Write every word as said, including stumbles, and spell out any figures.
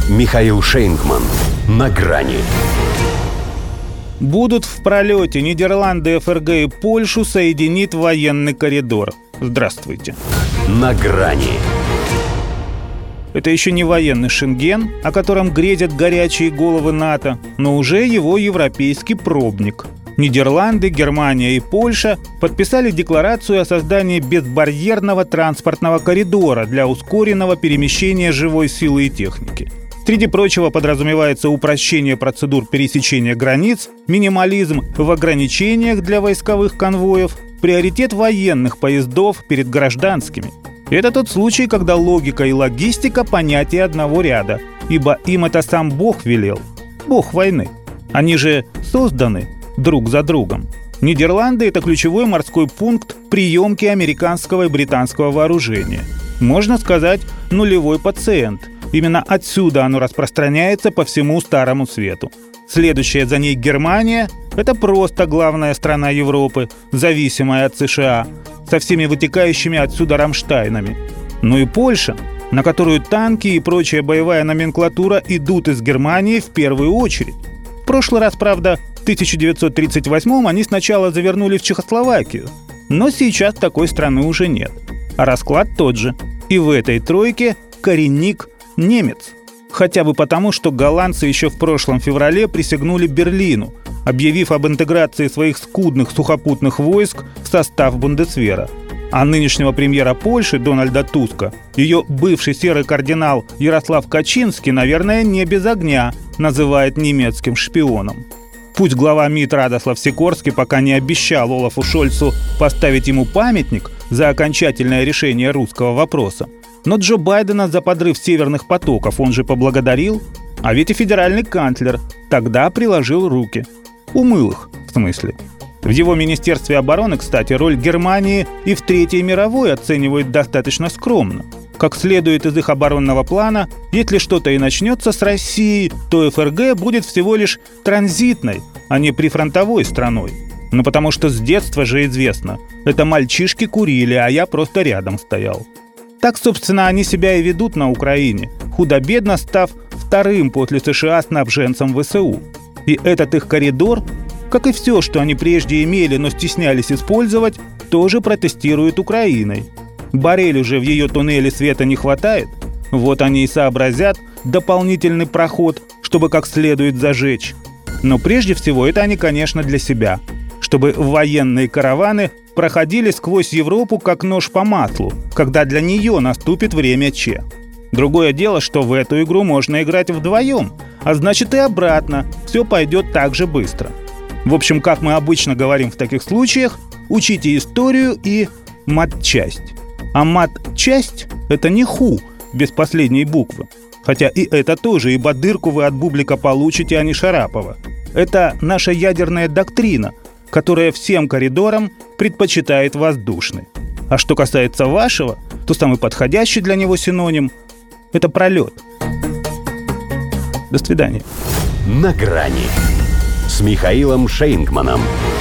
Михаил Шейнгман. На грани. Будут в пролете. Нидерланды, ФРГ и Польшу соединит военный коридор. Здравствуйте. На грани. Это еще не военный Шенген, о котором грезят горячие головы НАТО, но уже его европейский пробник. Нидерланды, Германия и Польша подписали декларацию о создании безбарьерного транспортного коридора для ускоренного перемещения живой силы и техники. Среди прочего подразумевается упрощение процедур пересечения границ, минимализм в ограничениях для войсковых конвоев, приоритет военных поездов перед гражданскими. Это тот случай, когда логика и логистика – понятия одного ряда, ибо им это сам Бог велел. Бог войны. Они же созданы друг за другом. Нидерланды – это ключевой морской пункт приемки американского и британского вооружения. Можно сказать, нулевой пациент. Именно отсюда оно распространяется по всему Старому Свету. Следующая за ней Германия – это просто главная страна Европы, зависимая от США, со всеми вытекающими отсюда Рамштайнами. Ну и Польша, на которую танки и прочая боевая номенклатура идут из Германии в первую очередь. В прошлый раз, правда, в тысяча девятьсот тридцать восьмом они сначала завернули в Чехословакию, но сейчас такой страны уже нет. А расклад тот же. И в этой тройке коренник немец. Хотя бы потому, что голландцы еще в прошлом феврале присягнули Берлину, объявив об интеграции своих скудных сухопутных войск в состав Бундесвера. А нынешнего премьера Польши Дональда Туска ее бывший серый кардинал Ярослав Качинский, наверное, не без огня называет немецким шпионом. Пусть глава МИД Радослав Сикорский пока не обещал Олафу Шольцу поставить ему памятник за окончательное решение русского вопроса, но Джо Байдена за подрыв северных потоков он же поблагодарил, а ведь и федеральный канцлер тогда приложил руки. Умыл их, в смысле. В его Министерстве обороны, кстати, роль Германии и в Третьей мировой оценивают достаточно скромно. Как следует из их оборонного плана, если что-то и начнется с России, то ФРГ будет всего лишь транзитной, а не прифронтовой страной. Ну потому что с детства же известно, это мальчишки курили, а я просто рядом стоял. Так, собственно, они себя и ведут на Украине, худо-бедно став вторым после США снабженцем ВСУ. И этот их коридор, как и все, что они прежде имели, но стеснялись использовать, тоже протестируют Украиной. Боррелю же в ее туннеле света не хватает, вот они и сообразят дополнительный проход, чтобы как следует зажечь. Но прежде всего это они, конечно, для себя, чтобы военные караваны проходили сквозь Европу как нож по маслу, когда для нее наступит время Че. Другое дело, что в эту игру можно играть вдвоем, а значит и обратно, все пойдет так же быстро. В общем, как мы обычно говорим в таких случаях, учите историю и матчасть. А матчасть – это не ху без последней буквы. Хотя и это тоже, ибо дырку вы от бублика получите, а не Шарапова. Это наша ядерная доктрина, которая всем коридорам предпочитает воздушный. А что касается вашего, то самый подходящий для него синоним – это пролет. До свидания. На грани с Михаилом Шейнгманом.